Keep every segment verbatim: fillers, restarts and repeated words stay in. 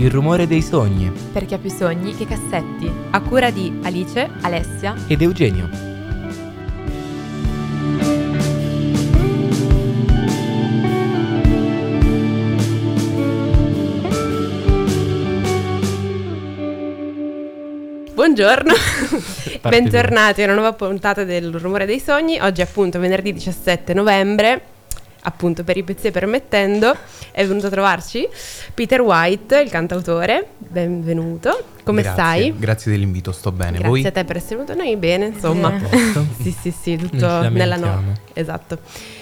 Il rumore dei sogni. Per chi ha più sogni che cassetti. A cura di Alice, Alessia ed Eugenio. Buongiorno, bentornati a una nuova puntata del Rumore dei Sogni. Oggi è appunto venerdì diciassette novembre, appunto peripezie permettendo, è venuto a trovarci Peter White, il cantautore. Benvenuto, come Grazie, stai? Grazie dell'invito, sto bene. Grazie Voi? a te per essere venuto, noi bene, insomma. Eh. sì, sì, sì, tutto nella norma. Esatto.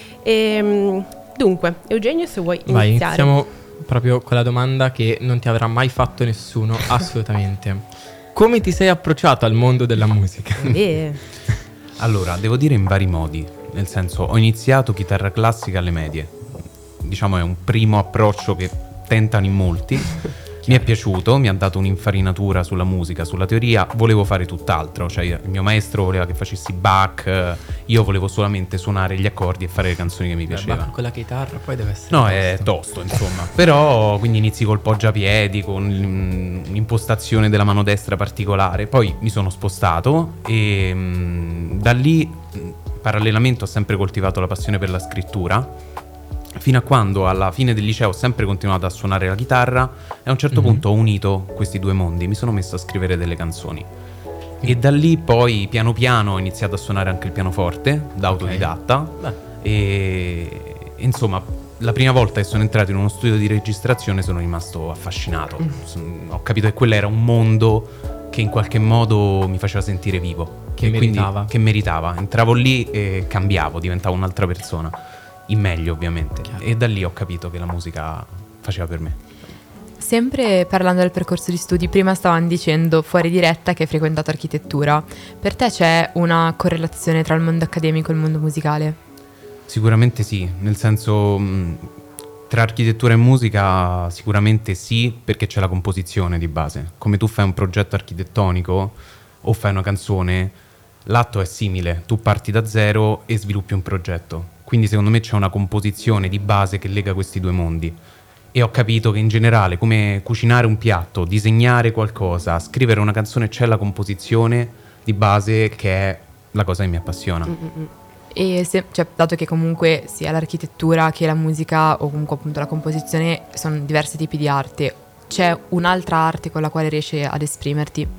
E, dunque, Eugenio, se vuoi iniziare. Vai, iniziamo proprio con la domanda che non ti avrà mai fatto nessuno, assolutamente. Come ti sei approcciato al mondo della musica? Eh. Allora, devo dire in vari modi. Nel senso, ho iniziato chitarra classica alle medie. Diciamo è un primo approccio che tentano in molti. Mi è piaciuto, mi ha dato un'infarinatura sulla musica, sulla teoria. Volevo fare tutt'altro, cioè il mio maestro voleva che facessi Bach, io volevo solamente suonare gli accordi e fare le canzoni che mi piacevano. Con la chitarra poi deve essere No, tosto. è tosto, insomma. Però quindi inizi col poggiapiedi, con un'impostazione della mano destra particolare. Poi mi sono spostato e mh, da lì, mh, parallelamente, ho sempre coltivato la passione per la scrittura. Fino a quando alla fine del liceo ho sempre continuato a suonare la chitarra e a un certo mm-hmm. punto ho unito questi due mondi, mi sono messo a scrivere delle canzoni. Mm. E da lì poi piano piano ho iniziato a suonare anche il pianoforte, da autodidatta. Okay. E insomma, la prima volta che sono entrato in uno studio di registrazione sono rimasto affascinato. Mm. Ho capito che quello era un mondo che in qualche modo mi faceva sentire vivo. Che meritava. Quindi, che meritava. Entravo lì e cambiavo, diventavo un'altra persona. In meglio, ovviamente. Chiaro. E da lì ho capito che la musica faceva per me. Sempre parlando del percorso di studi, prima stavamo dicendo fuori diretta che hai frequentato architettura. Per te c'è una correlazione tra il mondo accademico e il mondo musicale? Sicuramente sì, nel senso mh, tra architettura e musica sicuramente sì, perché c'è la composizione di base. Come tu fai un progetto architettonico o fai una canzone, l'atto è simile, tu parti da zero e sviluppi un progetto. Quindi secondo me c'è una composizione di base che lega questi due mondi. E ho capito che in generale, come cucinare un piatto, disegnare qualcosa, scrivere una canzone, c'è la composizione di base che è la cosa che mi appassiona. Mm-mm. E se, cioè, dato che comunque sia l'architettura che la musica o comunque appunto la composizione sono diversi tipi di arte, c'è un'altra arte con la quale riesci ad esprimerti?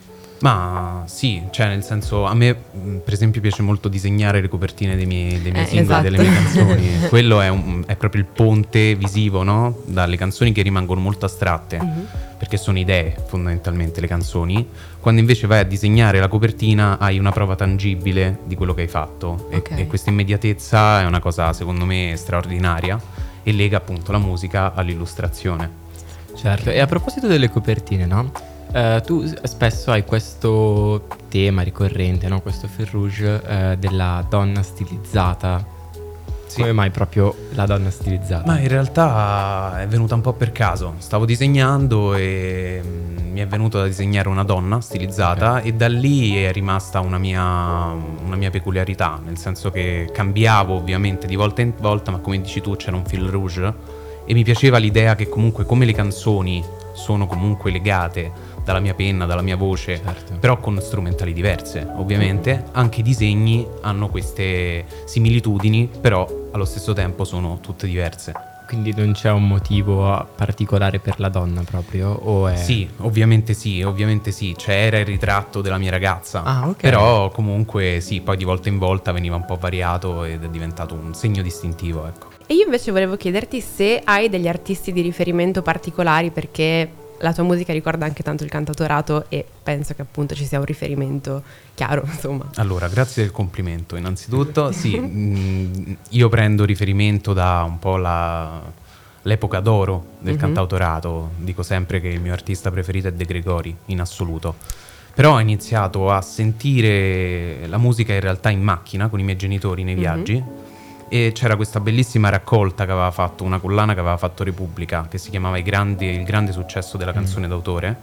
Ma sì, cioè nel senso, a me per esempio piace molto disegnare le copertine dei miei, dei miei eh, singoli, esatto. delle mie canzoni. Quello è, un, è proprio il ponte visivo, no? Dalle canzoni che rimangono molto astratte, mm-hmm. perché sono idee fondamentalmente le canzoni. Quando invece vai a disegnare la copertina hai una prova tangibile di quello che hai fatto. Okay. E, e questa immediatezza è una cosa secondo me straordinaria e lega appunto la musica all'illustrazione. Certo, e a proposito delle copertine, no? Uh, tu spesso hai questo tema ricorrente, no? Questo fil rouge uh, della donna stilizzata. Sì. Come mai proprio la donna stilizzata? Ma in realtà è venuta un po' per caso. Stavo disegnando e mi è venuto da disegnare una donna stilizzata, okay. E da lì è rimasta una mia, una mia peculiarità, nel senso che cambiavo ovviamente di volta in volta, ma come dici tu c'era un fil rouge e mi piaceva l'idea che comunque come le canzoni sono comunque legate dalla mia penna, dalla mia voce, certo. Però con strumentali diverse, ovviamente. Anche i disegni hanno queste similitudini, però allo stesso tempo sono tutte diverse. Quindi non c'è un motivo particolare per la donna proprio? O è... Sì, ovviamente sì, ovviamente sì. C'era il ritratto della mia ragazza, ah, okay. Però comunque sì, poi di volta in volta veniva un po' variato ed è diventato un segno distintivo, ecco. E io invece volevo chiederti se hai degli artisti di riferimento particolari, perché la tua musica ricorda anche tanto il cantautorato e penso che appunto ci sia un riferimento chiaro, insomma. Allora, grazie del complimento innanzitutto. Sì, mh, io prendo riferimento da un po' la, l'epoca d'oro del mm-hmm. cantautorato. Dico sempre che il mio artista preferito è De Gregori, in assoluto. Però ho iniziato a sentire la musica in realtà in macchina con i miei genitori nei viaggi. Mm-hmm. E c'era questa bellissima raccolta che aveva fatto, una collana che aveva fatto Repubblica, che si chiamava I grandi, Il grande successo della canzone mm. d'autore,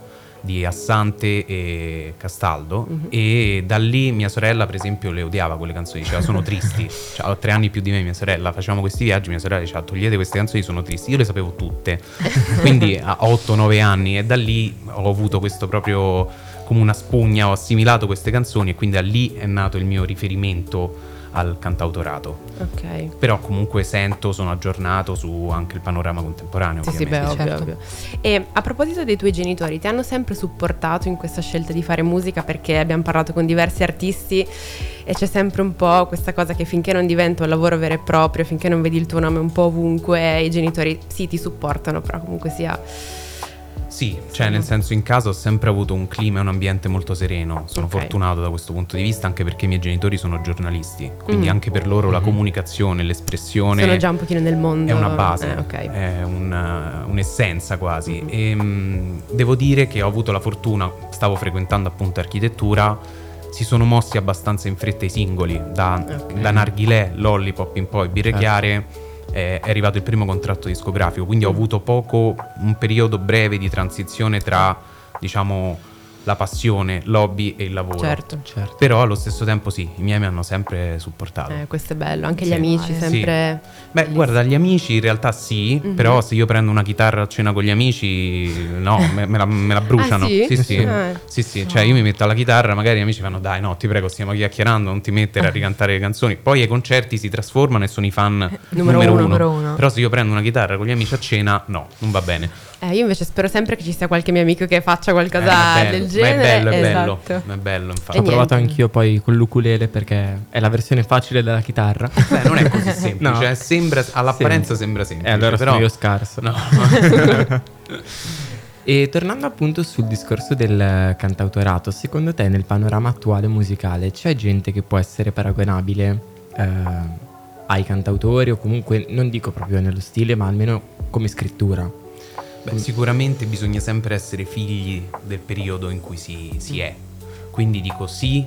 di Assante e Castaldo, mm-hmm. e da lì mia sorella per esempio le odiava quelle canzoni, diceva sono tristi, cioè, ho tre anni più di me mia sorella, facevamo questi viaggi, mia sorella diceva togliete queste canzoni, sono tristi, io le sapevo tutte, quindi a otto nove anni, e da lì ho avuto questo proprio come una spugna, ho assimilato queste canzoni e quindi da lì è nato il mio riferimento al cantautorato. Ok. Però comunque sento, sono aggiornato su anche il panorama contemporaneo. Sì, ovviamente. sì, beh, ovvio, Certo. ovvio. E a proposito dei tuoi genitori, ti hanno sempre supportato in questa scelta di fare musica? Perché abbiamo parlato con diversi artisti e c'è sempre un po' questa cosa che finché non diventa un lavoro vero e proprio, finché non vedi il tuo nome un po' ovunque, i genitori sì ti supportano, però comunque sia... Sì, cioè nel senso in casa ho sempre avuto un clima e un ambiente molto sereno, sono Okay. fortunato da questo punto di vista anche perché i miei genitori sono giornalisti, quindi Mm. anche per loro la comunicazione, l'espressione Sono già un pochino nel mondo. è una base, Eh, ok. è una- un'essenza quasi. E mh, devo dire che ho avuto la fortuna, stavo frequentando appunto architettura, si sono mossi abbastanza in fretta i singoli, da, Ok. da Narghilè, Lollipop in poi, Birre Certo. Chiare. È è arrivato il primo contratto discografico, quindi ho avuto poco, un periodo breve di transizione tra, diciamo, la passione, l'hobby e il lavoro. Certo. Certo. Però allo stesso tempo sì, i miei mi hanno sempre supportato. Eh, questo è bello, anche gli Sì. amici Sì. sempre... Beh, guarda, gli amici in realtà sì, Mhm. però se io prendo una chitarra a cena con gli amici, no, me, me la, me la bruciano. Ah, sì? Sì, sì. Ah. Sì, sì, cioè io mi metto alla chitarra, magari gli amici fanno dai, no, ti prego, stiamo chiacchierando, non ti mettere a ricantare le canzoni. Poi ai concerti si trasformano e sono i fan Numero numero, uno. uno. Numero uno. Però se io prendo una chitarra con gli amici a cena, no, non va bene. Eh, io invece spero sempre che ci sia qualche mio amico che faccia Eh, qualcosa è bello, del genere. Ma è bello, è bello, Esatto. è bello, E infatti. Ho niente. provato anch'io poi con l'ukulele perché è la versione facile della chitarra. Beh, non è così semplice, No. eh, sembra, all'apparenza Sì. sembra E semplice. allora però... sono io scarso. No. E tornando appunto sul discorso del cantautorato, secondo te nel panorama attuale musicale c'è gente che può essere paragonabile eh, ai cantautori o comunque non dico proprio nello stile ma almeno come scrittura? Beh, sicuramente bisogna sempre essere figli del periodo in cui si, si è. Quindi dico sì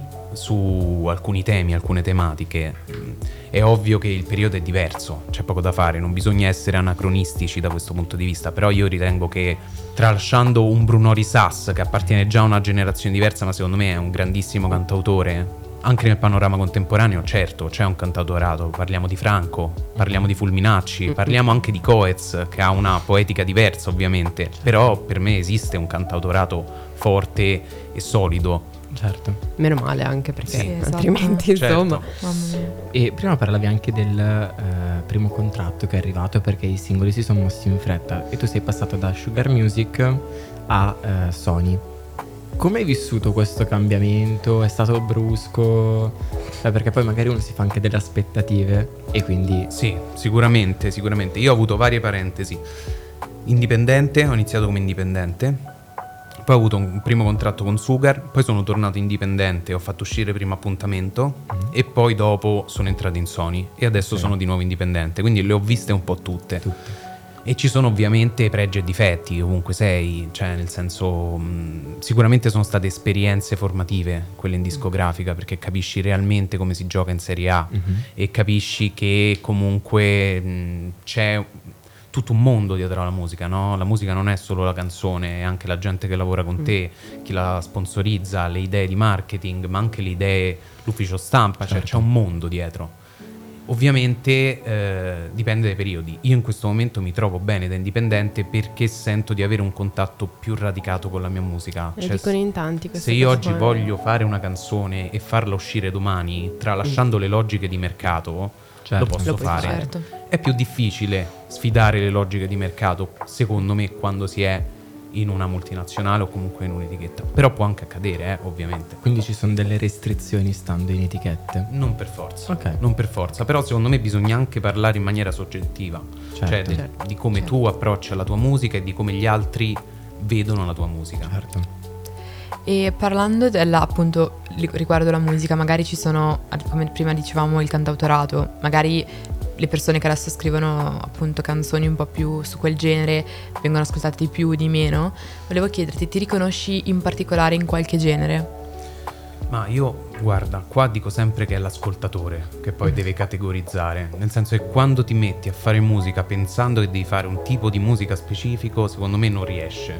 su alcuni temi, alcune tematiche. Mm, È ovvio che il periodo è diverso, c'è poco da fare, non bisogna essere anacronistici da questo punto di vista, però io ritengo che tralasciando un Bruno Risas che appartiene già a una generazione diversa, ma secondo me è un grandissimo cantautore, anche nel panorama contemporaneo, certo, c'è un cantautorato, parliamo di Franco, parliamo di Fulminacci, parliamo anche di Coez, che ha una poetica diversa ovviamente, però per me esiste un cantautorato forte e solido. Certo. Meno male anche perché Sì, esatto. altrimenti Certo. insomma... Mamma mia. E prima parlavi anche del eh, primo contratto che è arrivato perché i singoli si sono mossi in fretta e tu sei passato da Sugar Music a eh, Sony. Come hai vissuto questo cambiamento? È stato brusco? Cioè, perché poi magari uno si fa anche delle aspettative e quindi... Sì, sicuramente, sicuramente. Io ho avuto varie parentesi. Indipendente, ho iniziato come indipendente, poi ho avuto un primo contratto con Sugar, poi sono tornato indipendente, ho fatto uscire primo appuntamento Mm-hmm. e poi dopo sono entrato in Sony e adesso Sì. sono di nuovo indipendente, quindi le ho viste un po' tutte. Tutte. E ci sono ovviamente pregi e difetti ovunque sei, cioè nel senso mh, sicuramente sono state esperienze formative quelle in discografica perché capisci realmente come si gioca in Serie A Mhm. e capisci che comunque mh, c'è tutto un mondo dietro alla musica, no? La musica non è solo la canzone, è anche la gente che lavora con te, chi la sponsorizza, le idee di marketing, ma anche le idee, l'ufficio stampa, cioè Certo. c'è un mondo dietro. Ovviamente eh, dipende dai periodi. Io in questo momento mi trovo bene da indipendente perché sento di avere un contatto più radicato con la mia musica. Lo Cioè, dicono in tanti queste se io cose oggi qua. voglio fare una canzone e farla uscire domani, tralasciando le logiche di mercato, Certo. lo posso Lo puoi fare. fare. Certo. È più difficile sfidare le logiche di mercato, secondo me, quando si è in una multinazionale o comunque in un'etichetta. Però può anche accadere, eh, ovviamente. Quindi ci sono delle restrizioni stando in etichette. Non per forza, Ok. non per forza, però secondo me bisogna anche parlare in maniera soggettiva, Certo. cioè de- Certo. di come Certo. tu approcci alla tua musica e di come gli altri vedono la tua musica. Certo. E parlando della, appunto, li- riguardo la musica, magari ci sono, come prima dicevamo, il cantautorato, magari le persone che adesso scrivono appunto canzoni un po' più su quel genere vengono ascoltate di più, di meno. Volevo chiederti, ti riconosci in particolare in qualche genere? Ma io, guarda, qua dico sempre che è l'ascoltatore che poi deve categorizzare, nel senso che quando ti metti a fare musica pensando che devi fare un tipo di musica specifico, secondo me non riesce.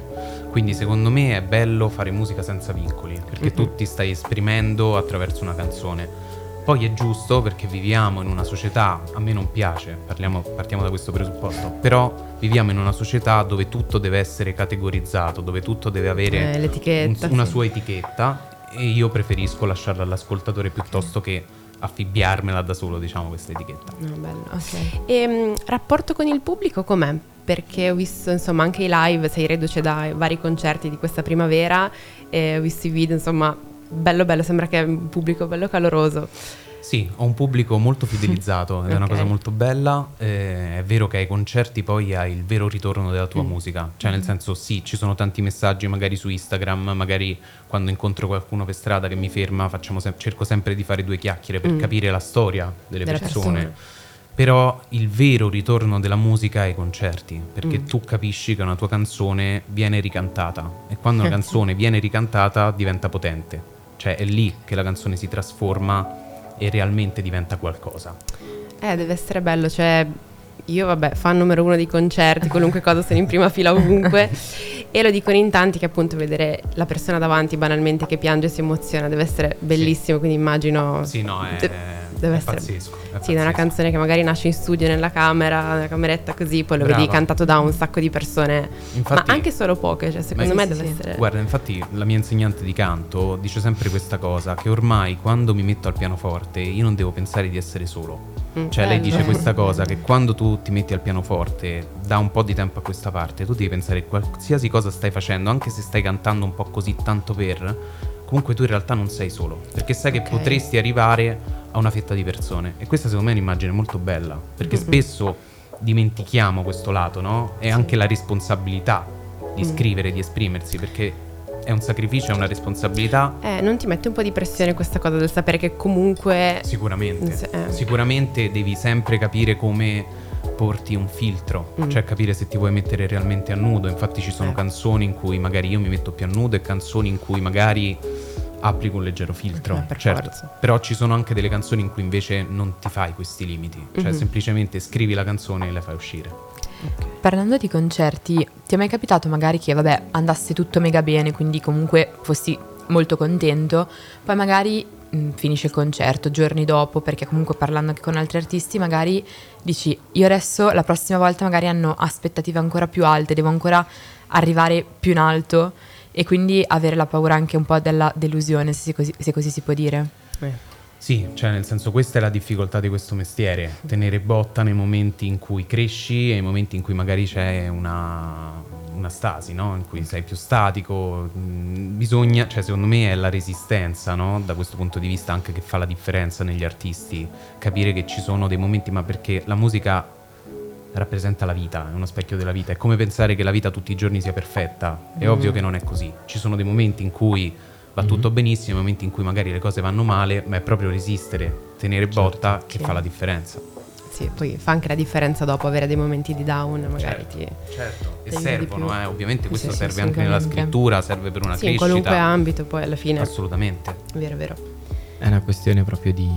Quindi secondo me è bello fare musica senza vincoli, perché Mm-hmm. tu ti stai esprimendo attraverso una canzone. Poi è giusto perché viviamo in una società, a me non piace, parliamo, partiamo da questo presupposto, però viviamo in una società dove tutto deve essere categorizzato, dove tutto deve avere Eh, l'etichetta, un- una sì. sua etichetta, e io preferisco lasciarla all'ascoltatore piuttosto che affibbiarmela da solo, diciamo, questa etichetta. No, bello. Ok. E mh, rapporto con il pubblico com'è? Perché ho visto insomma anche i live, sei reduce da vari concerti di questa primavera e ho visto i video, insomma, bello bello, sembra che è un pubblico bello caloroso. Sì, ho un pubblico molto fidelizzato ed è una Ok. cosa molto bella. Eh, è vero che ai concerti poi hai il vero ritorno della tua Mm. musica, cioè nel senso sì, ci sono tanti messaggi magari su Instagram, magari quando incontro qualcuno per strada che mi ferma facciamo sem- cerco sempre di fare due chiacchiere per Mm. capire la storia delle Della persone. persona. Però il vero ritorno della musica è ai concerti, perché Mm. tu capisci che una tua canzone viene ricantata e quando una Eh, canzone viene ricantata diventa potente, cioè è lì che la canzone si trasforma e realmente diventa qualcosa. Eh, deve essere bello, cioè io vabbè, fan numero uno di concerti, qualunque cosa sono in prima fila ovunque e lo dicono in tanti che appunto vedere la persona davanti banalmente che piange e si emoziona deve essere bellissimo, quindi immagino Sì, no, è, de- deve è essere pazzesco. È sì, da una pazzesco. canzone che magari nasce in studio nella camera, nella cameretta così, poi lo vedi Brava. cantato da un sacco di persone, Infatti- ma anche solo poche, cioè secondo Ma me sì, deve sì, sì. essere Guarda, infatti la mia insegnante di canto dice sempre questa cosa, che ormai quando mi metto al pianoforte io non devo pensare di essere solo. Mm, Cioè lei bello. dice questa cosa, che quando tu ti metti al pianoforte da un po' di tempo a questa parte, tu devi pensare che qualsiasi cosa stai facendo, anche se stai cantando un po' così tanto per, comunque tu in realtà non sei solo, perché sai Ok. che potresti arrivare a una fetta di persone. E questa secondo me è un'immagine molto bella, perché Mhm. spesso dimentichiamo questo lato, no? E anche la responsabilità di Mm. scrivere, di esprimersi, perché è un sacrificio, è una responsabilità. Eh, non ti mette un po' di pressione questa cosa del sapere che comunque Sicuramente, Se- eh. sicuramente devi sempre capire come porti un filtro, Mm. cioè capire se ti vuoi mettere realmente a nudo. Infatti ci sono Eh. canzoni in cui magari io mi metto più a nudo e canzoni in cui magari applico un leggero filtro, Eh, per certo. forza. Però ci sono anche delle canzoni in cui invece non ti fai questi limiti, cioè Mhm. semplicemente scrivi la canzone e la fai uscire. Parlando di concerti, ti è mai capitato magari che, vabbè, andasse tutto mega bene, quindi comunque fossi molto contento, poi magari mh, finisce il concerto giorni dopo, perché comunque parlando anche con altri artisti magari dici, io adesso la prossima volta magari hanno aspettative ancora più alte, devo ancora arrivare più in alto e quindi avere la paura anche un po' della delusione, se così, se così si può dire. eh. Sì, cioè nel senso questa è la difficoltà di questo mestiere, tenere botta nei momenti in cui cresci e nei momenti in cui magari c'è una, una stasi, no? In cui sei più statico. Mm, bisogna, cioè secondo me è la resistenza, no? Da questo punto di vista anche che fa la differenza negli artisti, capire che ci sono dei momenti, ma perché la musica rappresenta la vita, è uno specchio della vita, è come pensare che la vita tutti i giorni sia perfetta, è Mm. ovvio che non è così, ci sono dei momenti in cui va tutto benissimo, i momenti in cui magari le cose vanno male, ma è proprio resistere, tenere botta che sì. fa la differenza. Sì, poi fa anche la differenza dopo avere dei momenti di down, magari Certo, ti... certo. E ti aiuta di servono, più. eh, ovviamente questo Sì, sì, serve anche nella assolutamente. scrittura, serve per una Sì, in crescita. qualunque ambito poi alla fine. Assolutamente. Vero, vero. È una questione proprio di,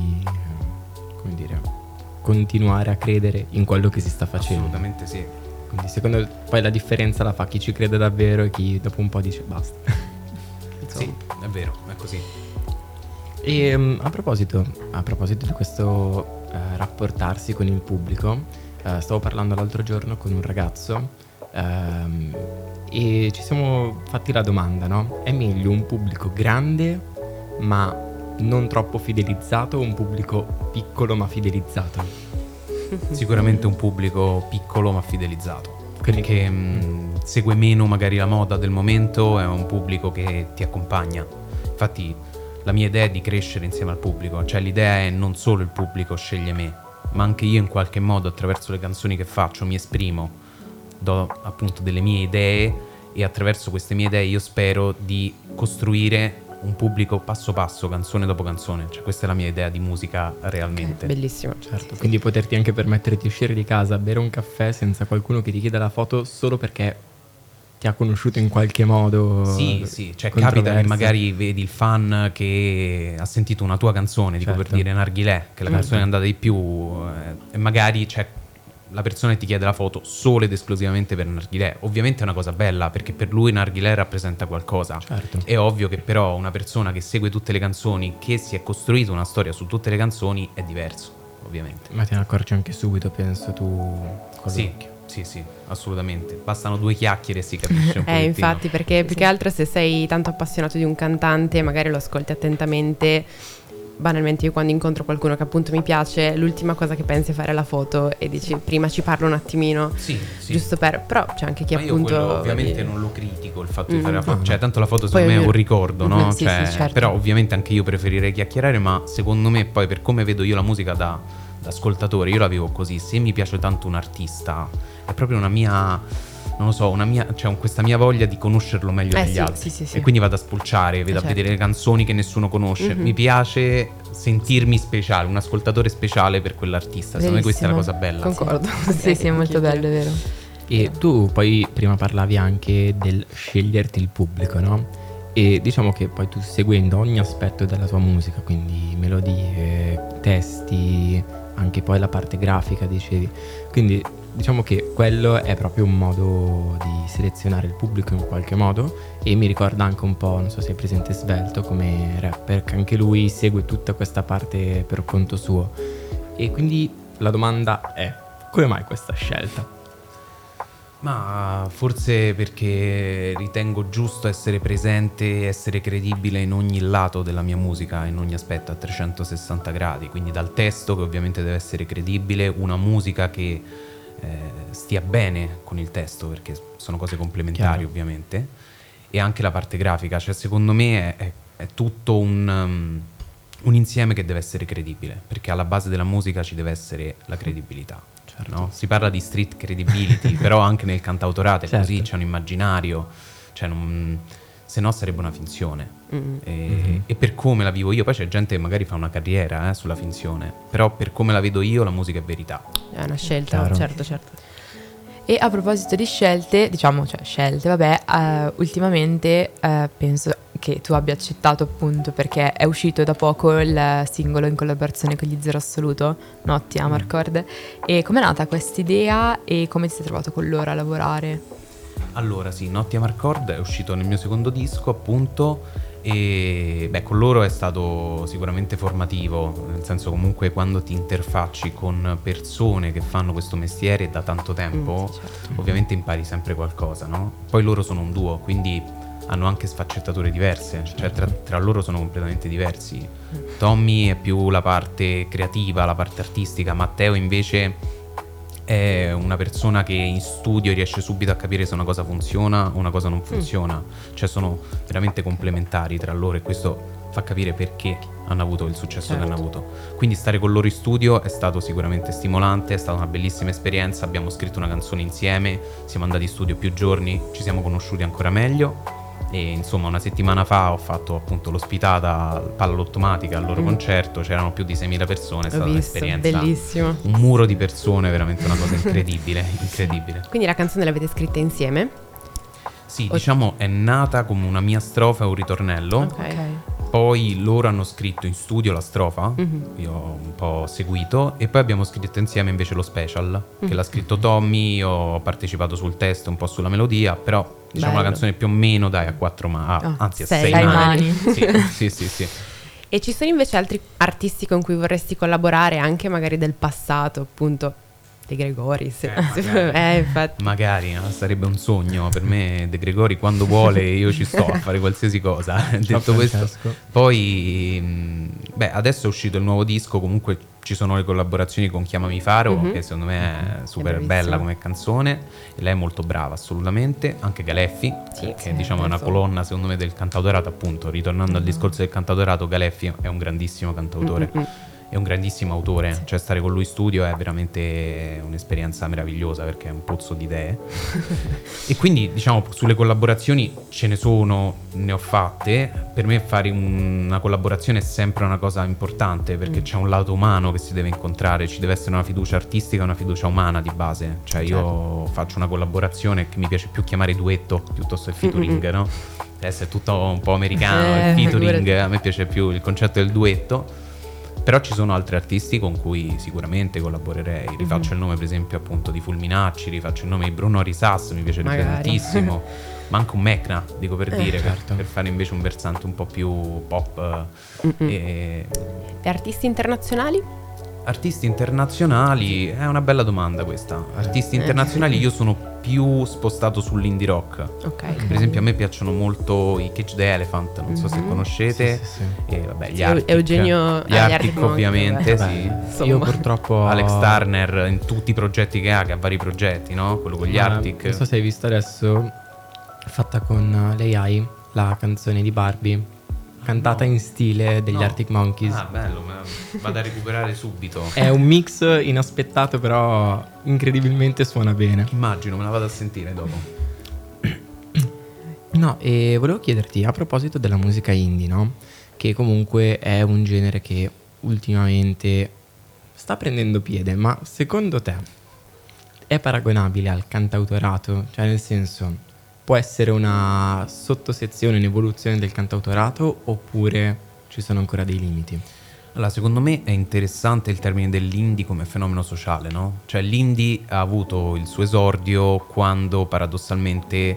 come dire, continuare a credere in quello che si sta facendo. Assolutamente sì. Quindi secondo poi la differenza la fa chi ci crede davvero e chi dopo un po' dice basta. Sì, è vero, è così. E um, a proposito, a proposito di questo eh, rapportarsi con il pubblico, eh, stavo parlando l'altro giorno con un ragazzo ehm, e ci siamo fatti la domanda, no? È meglio un pubblico grande ma non troppo fidelizzato o un pubblico piccolo ma fidelizzato? Sicuramente un pubblico piccolo ma fidelizzato. Quindi Che mh, segue meno magari la moda del momento, è un pubblico che ti accompagna. Infatti la mia idea è di crescere insieme al pubblico, cioè l'idea è non solo il pubblico sceglie me, ma anche io in qualche modo attraverso le canzoni che faccio mi esprimo, do appunto delle mie idee e attraverso queste mie idee io spero di costruire un pubblico passo passo, canzone dopo canzone, cioè questa è la mia idea di musica realmente. Bellissimo. certo, quindi poterti anche permettere di uscire di casa, bere un caffè senza qualcuno che ti chieda la foto solo perché ti ha conosciuto in qualche modo. Sì, sì, cioè capita che controverso. magari vedi il fan che ha sentito una tua canzone, tipo Certo. per dire Narghilè, che la Certo. canzone è andata di più, eh, e magari c'è la persona ti chiede la foto solo ed esclusivamente per narghilè. Ovviamente è una cosa bella, perché per lui narghilè rappresenta qualcosa. Certo. È ovvio che però una persona che segue tutte le canzoni, che si è costruito una storia su tutte le canzoni, è diverso, ovviamente. Ma te ne accorgi anche subito, penso tu, con Sì, l'occhio. sì, sì, assolutamente. Bastano due chiacchiere e si capisce un po'. Eh, infatti, perché più che altro se sei tanto appassionato di un cantante, magari lo ascolti attentamente. Banalmente io quando incontro qualcuno che appunto mi piace, l'ultima cosa che pensi è fare la foto e dici prima ci parlo un attimino, Sì, sì. giusto per... Però c'è anche chi Ma io appunto... quello ovviamente vedi- non lo critico, il fatto di Mm. fare la foto, No, cioè no. tanto la foto Poi secondo me è un ognuno- ricordo, no? Mhm, sì, Cioè, sì, certo. però ovviamente anche io preferirei chiacchierare, ma secondo me poi per come vedo io la musica da, da ascoltatore, io la vivo così: se mi piace tanto un artista è proprio una mia... non lo so, una mia, cioè questa mia voglia di conoscerlo meglio Eh degli sì, altri. sì, sì, sì. E quindi vado a spulciare, vedo certo. a vedere le canzoni che nessuno conosce. Mhm. Mi piace sentirmi speciale, un ascoltatore speciale per quell'artista. Secondo me questa è la cosa Bellissimo. bella. sì. Concordo. Sì, sì, è molto bello, è vero. E tu poi prima parlavi anche del sceglierti il pubblico, no? E diciamo che poi tu seguendo ogni aspetto della tua musica, quindi melodie, testi, anche poi la parte grafica, dicevi. Quindi diciamo che quello è proprio un modo di selezionare il pubblico in qualche modo, e mi ricorda anche un po', non so se è presente Svelto come rapper, che anche lui segue tutta questa parte per conto suo. E quindi la domanda è: come mai questa scelta? Ma forse perché ritengo giusto essere presente, essere credibile in ogni lato della mia musica, in ogni aspetto a trecentosessanta gradi, quindi dal testo, che ovviamente deve essere credibile, una musica che eh, stia bene con il testo, perché sono cose complementari. Chiaro. Ovviamente, e anche la parte grafica, cioè secondo me è, è- è tutto un, um, un insieme che deve essere credibile, perché alla base della musica ci deve essere la credibilità. Certo. No? Si parla di street credibility, però anche nel cantautorato è Certo. così, c'è un immaginario, cioè non- se no sarebbe una finzione. Mm. E, Mhm. e per come la vivo io, poi c'è gente che magari fa una carriera eh, sulla finzione, però per come la vedo io la musica è verità. È una scelta, Chiaro. certo, certo. E a proposito di scelte, diciamo, cioè scelte, vabbè, eh, ultimamente eh, penso che tu abbia accettato, appunto, perché è uscito da poco il singolo in collaborazione con gli Zero Assoluto, Notti Amarcord. E com'è nata quest'idea e come ti sei trovato con loro a lavorare? Allora sì, Notti Amarcord è uscito nel mio secondo disco, appunto, e beh, con loro è stato sicuramente formativo, nel senso, comunque quando ti interfacci con persone che fanno questo mestiere da tanto tempo, Mm, certo. ovviamente impari sempre qualcosa, no? Poi loro sono un duo, quindi hanno anche sfaccettature diverse, cioè tra, tra loro sono completamente diversi. Tommy è più la parte creativa, la parte artistica, Matteo invece è una persona che in studio riesce subito a capire se una cosa funziona o una cosa non funziona, cioè sono veramente complementari tra loro, e questo fa capire perché hanno avuto il successo che hanno avuto. Quindi stare con loro in studio è stato sicuramente stimolante, è stata una bellissima esperienza, abbiamo scritto una canzone insieme, siamo andati in studio più giorni, ci siamo conosciuti ancora meglio. E insomma una settimana fa ho fatto appunto l'ospitata al Pallottomatica al loro Mm. concerto, c'erano più di seimila persone, è Ho stata visto, un'esperienza, bellissimo. un muro di persone, veramente una cosa incredibile, incredibile. Quindi la canzone l'avete scritta insieme? Sì, O- diciamo è nata come una mia strofa e un ritornello, Ok. poi loro hanno scritto in studio la strofa, Mhm. io ho un po' seguito, e poi abbiamo scritto insieme invece lo special, che Mhm. l'ha scritto Tommy, io ho partecipato sul testo, un po' sulla melodia, però diciamo Bello. la canzone più o meno dai a quattro mani, Ah, anzi a sei. sei, Sei mani. mani. Sì, sì, sì, sì. E ci sono invece altri artisti con cui vorresti collaborare, anche magari del passato, appunto De Gregori? Se, Eh, se- magari. eh, infatti. Magari, no? Sarebbe un sogno per me. De Gregori quando vuole io ci sto a fare qualsiasi cosa. Detto questo, Francesco. poi mh, beh, adesso è uscito il nuovo disco, comunque ci sono le collaborazioni con Chiamami Faro, Mhm. che secondo me è super bravissima. bella come canzone, e lei è molto brava assolutamente, anche Galeffi, Sì, che sì, diciamo è una penso. colonna secondo me del cantautorato, appunto, ritornando al discorso del cantautorato, Galeffi è un grandissimo cantautore. Mm, mm, mm. È un grandissimo autore, cioè stare con lui in studio è veramente un'esperienza meravigliosa, perché è un pozzo di idee. E quindi diciamo sulle collaborazioni ce ne sono, ne ho fatte. Per me fare un- una collaborazione è sempre una cosa importante, perché Mm. c'è un lato umano che si deve incontrare, ci deve essere una fiducia artistica e una fiducia umana di base. Cioè io Certo. faccio una collaborazione che mi piace più chiamare duetto piuttosto che featuring, no? Adesso è tutto un po' americano, Eh, il featuring, figurati. a me piace più il concetto del duetto. Però ci sono altri artisti con cui sicuramente collaborerei. Rifaccio mm-hmm. il nome per esempio appunto di Fulminacci, rifaccio il nome di Bruno Risas, mi piacerebbe tantissimo. Ma anche un Mecna, dico per dire, eh, certo. per, per fare invece un versante un po' più pop. E... e artisti internazionali? Artisti internazionali, è una bella domanda questa. Artisti internazionali io sono più spostato sull'indie rock. Okay. Per esempio a me piacciono molto i Cage the Elephant, non so mm-hmm. se conoscete. Sì, sì, sì. E vabbè, gli Arctic. Eugenio gli Arctic, Arctic ovviamente, vabbè, sì. Io purtroppo Alex Turner in tutti i progetti che ha, che ha vari progetti, no? Quello con gli Ma, Arctic. Non so se hai visto adesso fatta con l'A I la canzone di Barbie. Cantata no. in stile degli no. Arctic Monkeys. Ah, bello, me la vado a recuperare subito. È un mix inaspettato, però incredibilmente suona bene. Immagino, me la vado a sentire dopo. No, e volevo chiederti, a proposito della musica indie, no? Che comunque è un genere che ultimamente sta prendendo piede, ma secondo te è paragonabile al cantautorato? Cioè, nel senso, può essere una sottosezione, un'evoluzione del cantautorato, oppure ci sono ancora dei limiti? Allora, secondo me è interessante il termine dell'indie come fenomeno sociale, no? Cioè l'indie ha avuto il suo esordio quando paradossalmente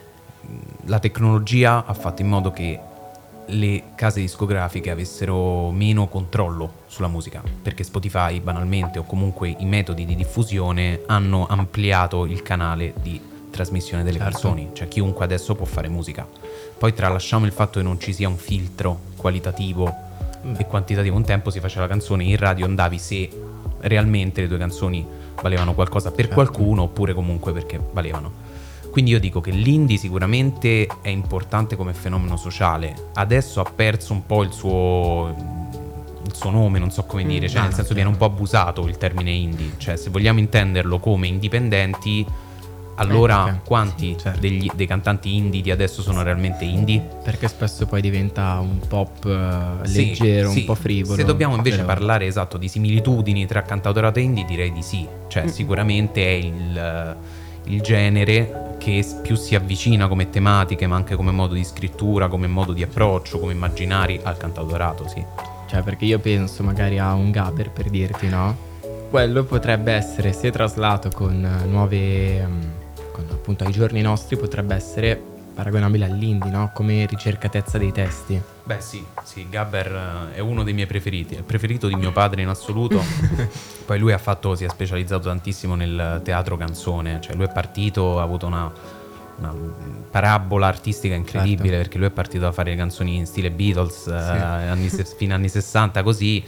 la tecnologia ha fatto in modo che le case discografiche avessero meno controllo sulla musica, perché Spotify banalmente o comunque i metodi di diffusione hanno ampliato il canale di trasmissione delle certo. canzoni, cioè chiunque adesso può fare musica. Poi tralasciamo il fatto che non ci sia un filtro qualitativo mm. e quantitativo. Un tempo si faceva la canzone, in radio andavi se realmente le tue canzoni valevano qualcosa per certo. qualcuno, oppure comunque perché valevano. Quindi io dico che l'indie sicuramente è importante come fenomeno sociale. Adesso ha perso un po' il suo il suo nome, non so come dire, cioè mm, nel senso viene un po' abusato il termine indie, cioè se vogliamo intenderlo come indipendenti, allora eh, quanti sì, certo. degli, dei cantanti indie di adesso sono realmente indie? Perché spesso poi diventa un pop uh, leggero, sì, un sì. po' frivolo. Se dobbiamo invece però... parlare esatto di similitudini tra cantautorato e indie, direi di sì. Cioè mm. sicuramente è il, il genere che più si avvicina come tematiche, ma anche come modo di scrittura, come modo di approccio, come immaginari al cantautorato, sì. Cioè perché io penso magari a un Gabber, per dirti, no? Quello potrebbe essere, se traslato con nuove... Um, con appunto ai giorni nostri, potrebbe essere paragonabile all'indie, no? Come ricercatezza dei testi. Beh sì, sì, Gabber è uno dei miei preferiti, è il preferito di mio padre in assoluto. Poi lui ha fatto, si è specializzato tantissimo nel teatro canzone, cioè lui è partito, ha avuto una, una parabola artistica incredibile, certo. perché lui è partito a fare le canzoni in stile Beatles, sì. eh, anni, fino anni sessanta così,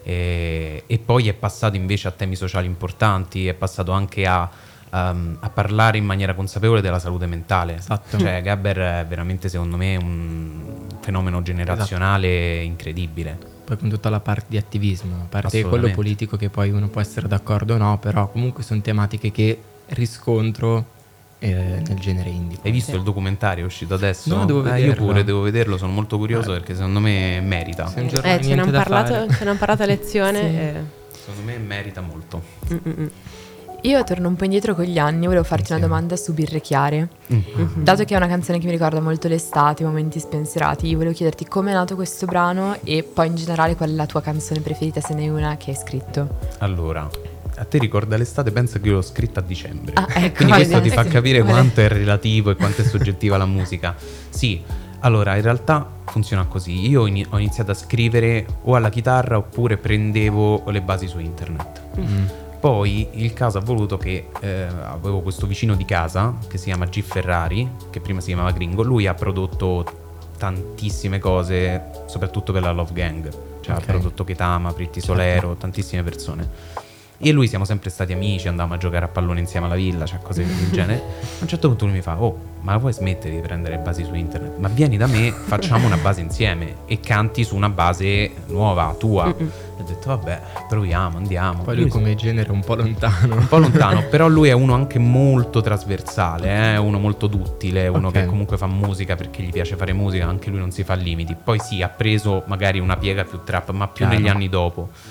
e, e poi è passato invece a temi sociali importanti, è passato anche a Um, a parlare in maniera consapevole della salute mentale. Esatto. Cioè Gabber è veramente secondo me un fenomeno generazionale esatto. incredibile. Poi con tutta la parte di attivismo, a parte quello politico che poi uno può essere d'accordo o no, però comunque sono tematiche che riscontro eh, nel genere indie. Hai visto sì. il documentario uscito adesso? No, devo vederlo. Eh, io pure devo vederlo, sono molto curioso eh. perché secondo me merita. Se un giorno eh, ce ne hanno parlato, ce ne hanno parlato a lezione sì. e... secondo me merita molto. Mm-mm. Io torno un po' indietro con gli anni, volevo farti una domanda su Birre Chiare. Mm-hmm. Dato che è una canzone che mi ricorda molto l'estate, i momenti spensierati, io volevo chiederti come è nato questo brano e poi in generale qual è la tua canzone preferita, se ne hai una che hai scritto. Allora, a te ricorda l'estate, pensa che io l'ho scritta a dicembre. Ah, ecco, quindi questo ti fa sì, capire vale. quanto è relativo e quanto è soggettiva la musica. Sì, allora in realtà funziona così. Io in- ho iniziato a scrivere o alla chitarra oppure prendevo le basi su internet. Mm. Poi il caso ha voluto che eh, avevo questo vicino di casa che si chiama G Ferrari, che prima si chiamava Gringo. Lui ha prodotto tantissime cose, soprattutto per la Love Gang. Cioè okay. ha prodotto Ketama, Pretty Solero, certo. tantissime persone. Io e lui siamo sempre stati amici, andavamo a giocare a pallone insieme alla villa, cioè cose del genere. A un certo punto lui mi fa: oh, ma vuoi smettere di prendere basi su internet? Ma vieni da me, facciamo una base insieme e canti su una base nuova, tua. Mm-mm. E ho detto vabbè, proviamo, andiamo. Poi lui, lui come si... genere un po' lontano. Un po' lontano, però lui è uno anche molto trasversale, è eh? uno molto duttile, uno okay. che comunque fa musica perché gli piace fare musica, anche lui non si fa limiti. Poi sì, ha preso magari una piega più trap, ma più Chiaro. negli anni dopo.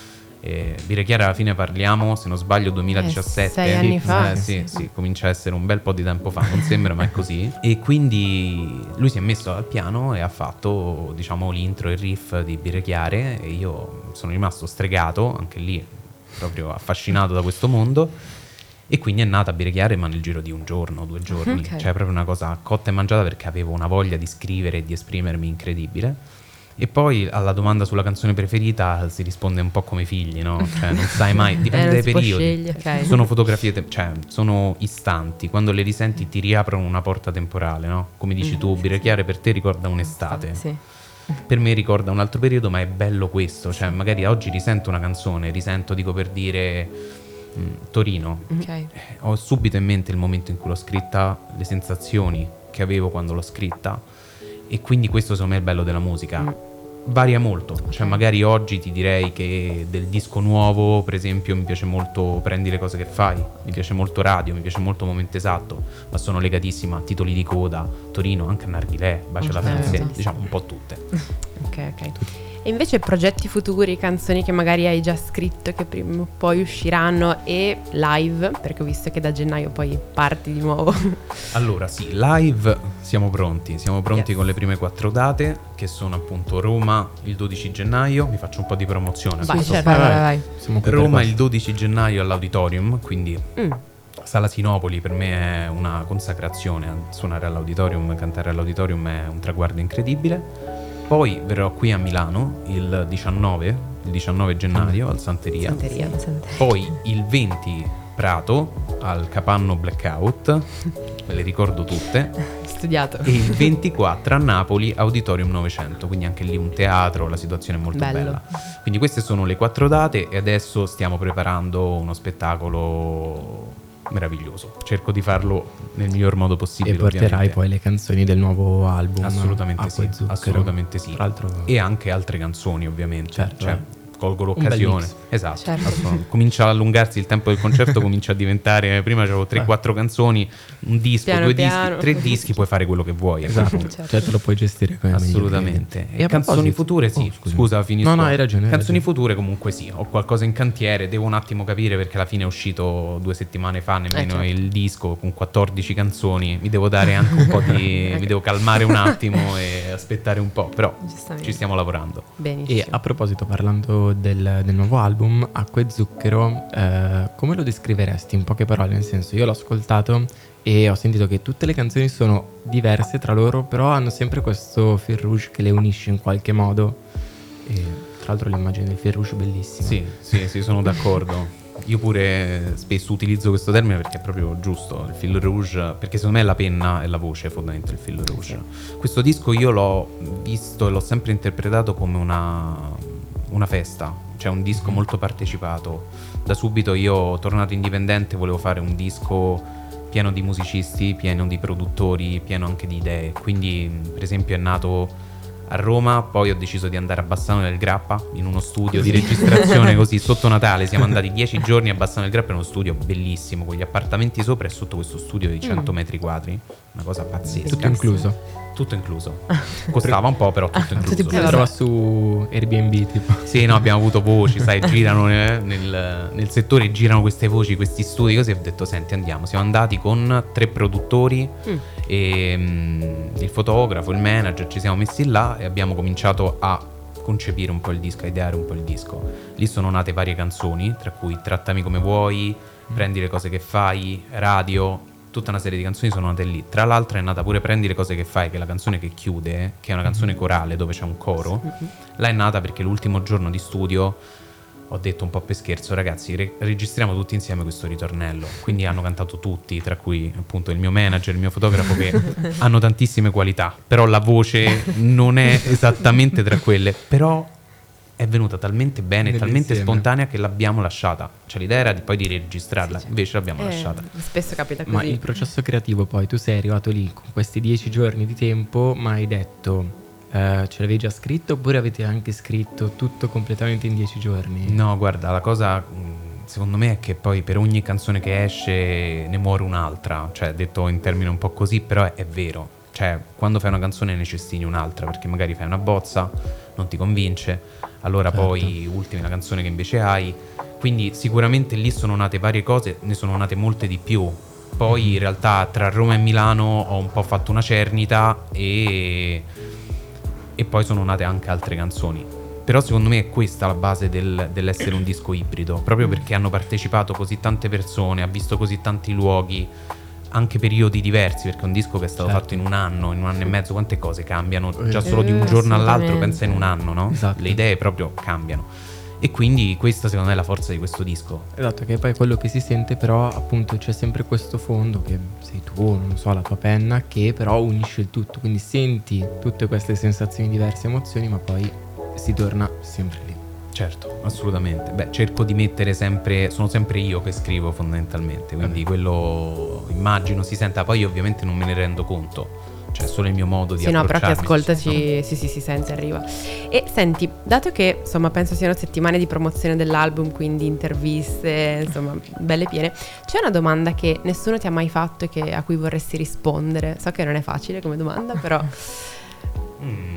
Eh, Birre Chiare alla fine parliamo, se non sbaglio, duemiladiciassette. Eh, sei anni fa. Eh, sì, sì, comincia a essere un bel po' di tempo fa, non sembra, ma è così. E quindi lui si è messo al piano e ha fatto, diciamo, l'intro e il riff di Birre Chiare e io sono rimasto stregato, anche lì proprio affascinato da questo mondo. E quindi è nata Birre Chiare, ma nel giro di un giorno, due giorni. Okay. Cioè proprio una cosa cotta e mangiata, perché avevo una voglia di scrivere e di esprimermi incredibile. E poi alla domanda sulla canzone preferita si risponde un po' come i figli, no? Cioè non sai mai, dipende Eh, non dai si può periodi. scegliere. Ok. Sono fotografie, te- cioè sono istanti, quando le risenti ti riaprono una porta temporale, no? Come dici tu, Birre Chiare per te ricorda un'estate. Sì. Per me ricorda un altro periodo, ma è bello questo, cioè magari oggi risento una canzone, risento, dico per dire, mh, Torino. Ok. Eh, Ho subito in mente il momento in cui l'ho scritta, le sensazioni che avevo quando l'ho scritta, e quindi questo secondo me è il bello della musica. Mm. Varia molto, cioè magari oggi ti direi che del disco nuovo, per esempio, mi piace molto Prendi le cose che fai, mi piace molto Radio, mi piace molto Momento Esatto, ma sono legatissima a Titoli di coda, Torino, anche a Narghilè, Bacia alla Certo. Fiancée, diciamo un po' tutte. Ok, ok. E invece progetti futuri, canzoni che magari hai già scritto e che prima o poi usciranno, e live, perché ho visto che da gennaio poi parti di nuovo. Allora sì, live siamo pronti, siamo pronti Yes. con le prime quattro date, che sono appunto Roma il dodici gennaio, vi faccio un po' di promozione. Vai, Questo- certo. Vai, vai, vai. Siamo qui per Roma questo. il dodici gennaio all'Auditorium, quindi Mm. Sala Sinopoli per me è una consacrazione, suonare all'Auditorium, cantare all'Auditorium è un traguardo incredibile. Poi verrò qui a Milano il diciannove, il diciannove gennaio al Santeria. Santeria. Poi il venti Prato al Capanno Blackout, me le ricordo tutte. Studiato. E il ventiquattro a Napoli Auditorium novecento, quindi anche lì un teatro, la situazione è molto Bello. bella. Quindi queste sono le quattro date e adesso stiamo preparando uno spettacolo meraviglioso. Cerco di farlo nel miglior modo possibile. E porterai ovviamente. poi le canzoni del nuovo album. Assolutamente Acqua sì, e Zucchero. assolutamente sì. Tra l'altro E anche altre canzoni, ovviamente. Certo, Cioè, eh. colgo bel l'occasione. mix. Esatto. Certo. assolutamente. Comincia ad allungarsi il tempo del concerto, comincia a diventare. Prima c'avevo tre quattro canzoni, un disco, Piano due piano. dischi, tre dischi, puoi fare quello che vuoi. a quel esatto, punto. Certo. cioè te lo puoi gestire come meglio Assolutamente. credi. E a canzoni proposito- future sì. Oh, scusami. Scusa, finisco. No, no, hai ragione. hai Canzoni ragione. future comunque sì. Ho qualcosa in cantiere, devo un attimo capire perché alla fine è uscito due settimane fa nemmeno Eh, certo. il disco con quattordici canzoni. Mi devo dare anche un po' di. Mi devo calmare un attimo e aspettare un po'. Però Giustamente. ci stiamo lavorando. Benissimo. E a proposito, parlando del, del nuovo album, Acqua e Zucchero, eh, come lo descriveresti in poche parole? Nel senso, io l'ho ascoltato e ho sentito che tutte le canzoni sono diverse tra loro, però hanno sempre questo fil rouge che le unisce in qualche modo. E tra l'altro l'immagine del fil rouge è bellissima. Sì, sì, sì, sono d'accordo. Io pure spesso utilizzo questo termine perché è proprio giusto, il fil rouge, perché secondo me la penna e la voce è fondamentalmente il fil rouge. Questo disco io l'ho visto e l'ho sempre interpretato come una, una festa, cioè un disco molto partecipato. Da subito io, tornato indipendente, volevo fare un disco pieno di musicisti, pieno di produttori, pieno anche di idee. Quindi per esempio è nato a Roma, poi ho deciso di andare a Bassano del Grappa in uno studio di registrazione così sotto Natale. Siamo andati dieci giorni a Bassano del Grappa in uno studio bellissimo con gli appartamenti sopra e sotto questo studio di cento metri quadri, una cosa pazzesca. Tutto incluso. Tutto incluso. Costava un po', però tutto incluso. Tutti Si vabbè. trova su Airbnb tipo. Sì, no, abbiamo avuto voci, sai, girano eh, nel, nel settore, girano queste voci, questi studi, così ho detto, senti, andiamo. Siamo andati con tre produttori, Mm. e, mm, il fotografo, il manager, ci siamo messi là e abbiamo cominciato a concepire un po' il disco, a ideare un po' il disco. Lì sono nate varie canzoni, tra cui Trattami come vuoi, Prendi le cose che fai, Radio. Tutta una serie di canzoni sono nate lì. Tra l'altro è nata pure Prendi le cose che fai, che è la canzone che chiude, che è una canzone corale dove c'è un coro. Là è nata perché l'ultimo giorno di studio ho detto un po' per scherzo, ragazzi, re- registriamo tutti insieme questo ritornello. Quindi hanno cantato tutti, tra cui appunto il mio manager, il mio fotografo, che hanno tantissime qualità, però la voce non è esattamente tra quelle. Però è venuta talmente bene, talmente Nell'insieme. spontanea che l'abbiamo lasciata. Cioè l'idea era di poi di registrarla, invece l'abbiamo Eh, lasciata. spesso capita così. Ma il processo creativo poi, tu sei arrivato lì con questi dieci giorni di tempo, ma hai detto, eh, ce l'avevi già scritto oppure avete anche scritto tutto completamente in dieci giorni? No, guarda, la cosa mh, secondo me è che poi per ogni canzone che esce ne muore un'altra. Cioè, detto in termini un po' così, però è, è vero. Cioè, quando fai una canzone ne cestini un'altra, perché magari fai una bozza, non ti convince, allora certo. poi Ultimi la canzone che invece hai, quindi sicuramente lì sono nate varie cose, ne sono nate molte di più. Poi in realtà tra Roma e Milano ho un po' fatto una cernita e, e poi sono nate anche altre canzoni. Però secondo me è questa la base del, dell'essere un disco ibrido, proprio perché hanno partecipato così tante persone, ha visto così tanti luoghi, anche periodi diversi, perché è un disco che è stato certo. fatto in un anno, in un anno e mezzo, quante cose cambiano già solo Eh, di un giorno all'altro, assolutamente. pensa in un anno, no? Esatto. Le idee proprio cambiano. E quindi questa secondo me è la forza di questo disco. Esatto, che poi è quello che si sente, però appunto c'è sempre questo fondo che sei tu, non so, la tua penna, che però unisce il tutto, quindi senti tutte queste sensazioni diverse, emozioni, ma poi si torna sempre lì. Certo, assolutamente. Beh, cerco di mettere sempre, sono sempre io che scrivo fondamentalmente, quindi Vabbè. quello immagino si senta, poi io ovviamente non me ne rendo conto, cioè solo il mio modo di Sì, no, però chi approcciarmi. ascoltaci, sì, sì, si sente, arriva. E senti, dato che insomma penso siano settimane di promozione dell'album, quindi interviste, insomma, belle piene, c'è una domanda che nessuno ti ha mai fatto e che, a cui vorresti rispondere? So che non è facile come domanda, però Mm.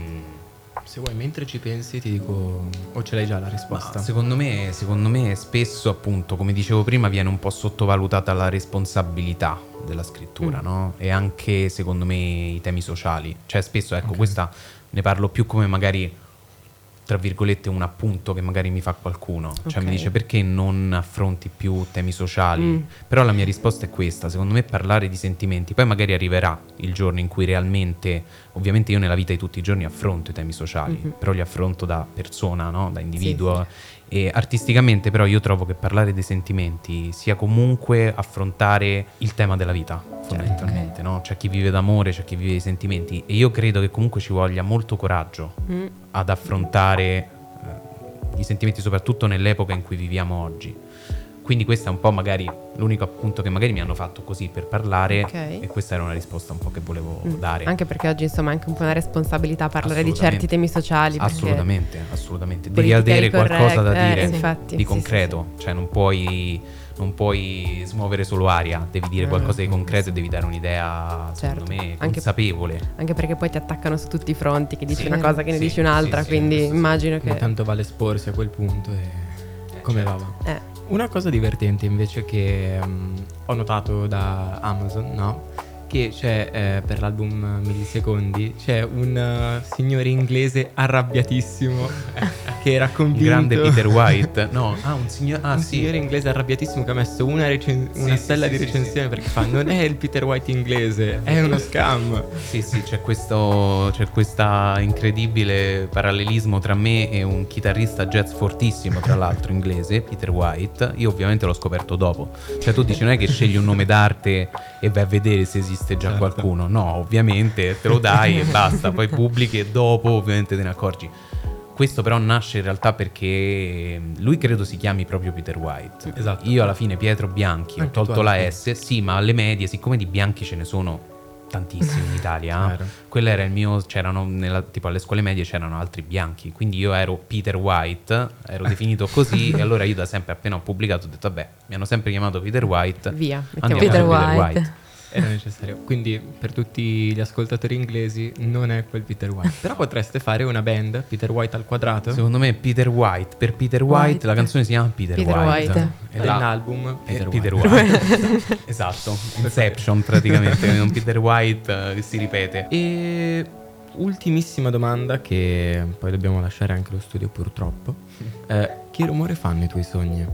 Se vuoi, mentre ci pensi, ti dico, o ce l'hai già la risposta? Ma secondo me, secondo me spesso, appunto, come dicevo prima, viene un po' sottovalutata la responsabilità della scrittura, Mm. no? E anche, secondo me, i temi sociali. Cioè, spesso, ecco, Ok. questa ne parlo più come magari, tra virgolette, un appunto che magari mi fa qualcuno. Cioè, Ok. mi dice, perché non affronti più temi sociali? Mm. Però la mia risposta è questa. Secondo me parlare di sentimenti, poi magari arriverà il giorno in cui realmente, ovviamente io nella vita di tutti i giorni affronto i temi sociali, Mhm. però li affronto da persona, no? Da individuo. Sì, E artisticamente però io trovo che parlare dei sentimenti sia comunque affrontare il tema della vita, fondamentalmente, no? C'è chi vive d'amore, c'è chi vive di sentimenti, e io credo che comunque ci voglia molto coraggio mm, ad affrontare eh, i sentimenti, soprattutto nell'epoca in cui viviamo oggi. Quindi questa è un po' magari l'unico appunto che magari mi hanno fatto così per parlare, Ok. e questa era una risposta un po' che volevo mm. dare. Anche perché oggi insomma è anche un po' una responsabilità parlare di Assolutamente. certi temi sociali, perché Assolutamente, assolutamente. Devi politically avere qualcosa da correct, dire eh, infatti, di sì, concreto, cioè non puoi, non puoi smuovere solo aria, devi dire Eh, qualcosa di sì. concreto e devi dare un'idea, Certo, secondo me, anche- consapevole. sì. Anche perché poi ti attaccano su tutti i fronti, che dici Sì, una cosa che ne sì, dici un'altra, sì, sì, quindi sì, sì. immagino che... Tanto vale esporsi a quel punto e come certo. va va. Eh, Una cosa divertente invece che mm, ho notato da Amazon, no? Che c'è eh, per l'album Millisecondi c'è un eh, signore inglese arrabbiatissimo che era Un convinto. grande Peter White. No, ah, un signor ah un sì. signore inglese arrabbiatissimo che ha messo una, recen- Sì, una sì, stella sì, di sì, recensione sì. perché fa non è il Peter White inglese, è uno scam. Sì, sì, c'è questo c'è questa incredibile parallelismo tra me e un chitarrista jazz fortissimo, tra l'altro inglese, Peter White. Io ovviamente l'ho scoperto dopo. Cioè tu dici non è che scegli un nome d'arte e vai a vedere se esiste già Certo. qualcuno. No, ovviamente te lo dai e basta, poi pubblichi e dopo ovviamente te ne accorgi. Questo però nasce in realtà perché lui credo si chiami proprio Peter White. Esatto. Io alla fine Pietro Bianchi, ho Anche tu tolto alla la fine. S, sì, ma alle medie, siccome di bianchi ce ne sono tantissimi in Italia, Chiaro. quello era il mio, c'erano nella, tipo alle scuole medie c'erano altri bianchi, quindi io ero Peter White, ero definito così e allora io da sempre appena ho pubblicato ho detto vabbè, mi hanno sempre chiamato Peter White, via, andiamo mettiamo Peter su Peter White. White. Era necessario. Quindi per tutti gli ascoltatori inglesi non è quel Peter White. Però potreste fare una band, Peter White al quadrato. Secondo me Peter White, per Peter White, White. la canzone si chiama Peter, Peter White. White. E È là- un album è Peter, Peter White. White. Esatto, Inception praticamente, un Peter White eh, che si ripete. E ultimissima domanda, che poi dobbiamo lasciare anche lo studio purtroppo. Eh, che rumore fanno i tuoi sogni?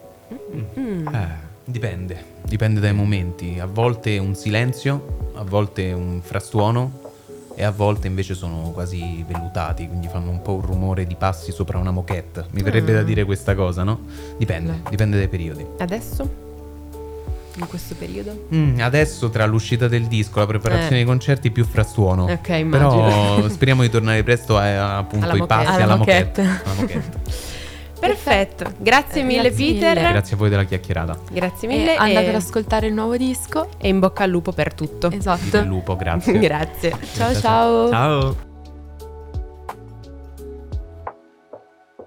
Mm. Eh, Dipende, dipende dai momenti. A volte un silenzio, a volte un frastuono e a volte invece sono quasi vellutati, quindi fanno un po' un rumore di passi sopra una moquette. Mi verrebbe da Mm. dire questa cosa, no? Dipende, Beh. dipende dai periodi. Adesso? In questo periodo? Mm, adesso tra l'uscita del disco e la preparazione Eh. dei concerti più frastuono. Ok, immagino. Però speriamo di tornare presto a, a, appunto Alla ai moquette. passi Alla alla moquette. moquette. Alla moquette. Perfetto, grazie Eh, mille grazie Peter. mille. Grazie a voi della chiacchierata. Grazie E mille. andate e... ad ascoltare il nuovo disco. e in bocca al lupo per tutto. Viva il Esatto. lupo, grazie. Grazie. Ciao ciao. ciao.